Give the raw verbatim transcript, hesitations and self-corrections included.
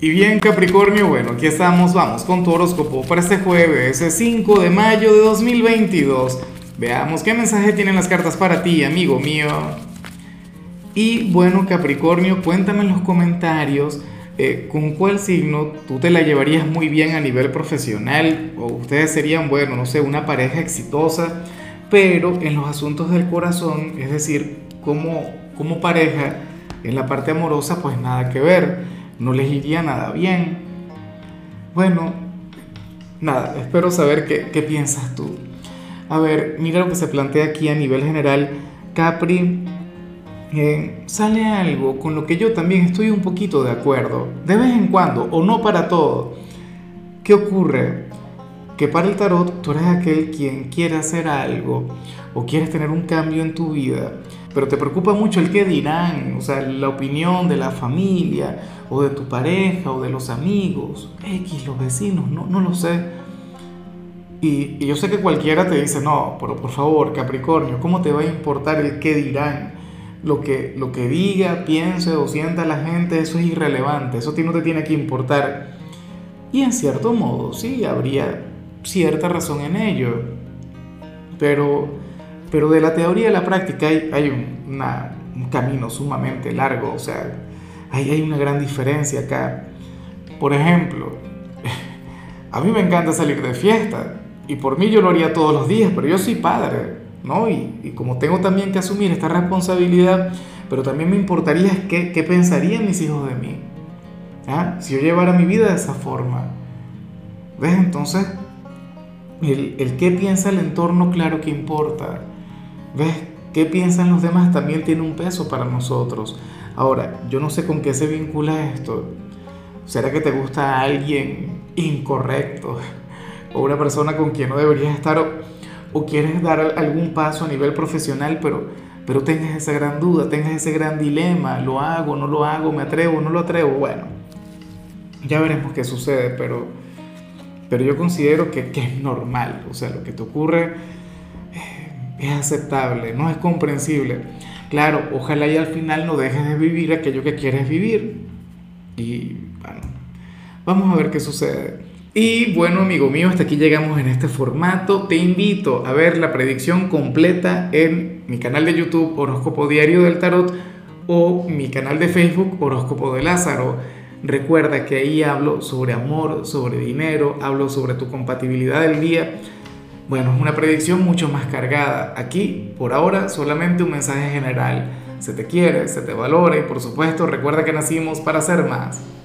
Y bien, Capricornio, bueno, aquí estamos, vamos con tu horóscopo para este jueves, cinco de mayo de dos mil veintidós. Veamos qué mensaje tienen las cartas para ti, amigo mío. Y bueno, Capricornio, cuéntame en los comentarios eh, con cuál signo tú te la llevarías muy bien a nivel profesional, o ustedes serían, bueno, no sé, una pareja exitosa, pero en los asuntos del corazón, es decir, como, como pareja, en la parte amorosa, pues nada que ver, no les iría nada bien. Bueno, nada, espero saber qué, qué piensas tú. A ver, mira lo que se plantea aquí a nivel general, Capri. Eh, sale algo con lo que yo también estoy un poquito de acuerdo, de vez en cuando, o no para todo. ¿Qué ocurre? Que para el tarot tú eres aquel quien quiere hacer algo o quieres tener un cambio en tu vida, pero te preocupa mucho el qué dirán, o sea, la opinión de la familia o de tu pareja o de los amigos, X, los vecinos, no, no lo sé. Y, y yo sé que cualquiera te dice, no, pero por favor, Capricornio, ¿cómo te va a importar el qué dirán? Lo que, lo que diga, piense o sienta la gente, eso es irrelevante, eso a ti no te tiene que importar. Y en cierto modo, sí, habría cierta razón en ello, pero, pero de la teoría a la práctica hay, hay un, una, un camino sumamente largo, o sea, hay, hay una gran diferencia acá. Por ejemplo, a mí me encanta salir de fiesta y por mí yo lo haría todos los días, pero yo soy padre, ¿no? Y, y como tengo también que asumir esta responsabilidad, pero también me importaría qué, qué pensarían mis hijos de mí, ¿ah? Si yo llevara mi vida de esa forma. ¿Ves? Entonces, el, el qué piensa el entorno, claro que importa. ¿Ves? ¿Qué piensan los demás? También tiene un peso para nosotros. Ahora, yo no sé con qué se vincula esto. ¿Será que te gusta alguien incorrecto? ¿O una persona con quien no deberías estar? ¿O, o quieres dar algún paso a nivel profesional, pero, pero tengas esa gran duda, tengas ese gran dilema? ¿Lo hago, no lo hago? ¿Me atrevo, no lo atrevo? Bueno, ya veremos qué sucede, pero, pero yo considero que, que es normal. O sea, lo que te ocurre es aceptable, no es comprensible. Claro, ojalá y al final no dejes de vivir aquello que quieres vivir. Y bueno, vamos a ver qué sucede. Y bueno, amigo mío, hasta aquí llegamos en este formato. Te invito a ver la predicción completa en mi canal de YouTube Horóscopo Diario del Tarot o mi canal de Facebook Horóscopo de Lázaro. Recuerda que ahí hablo sobre amor, sobre dinero, hablo sobre tu compatibilidad del día. Bueno, es una predicción mucho más cargada. Aquí, por ahora, solamente un mensaje general. Se te quiere, se te valora y por supuesto recuerda que nacimos para ser más.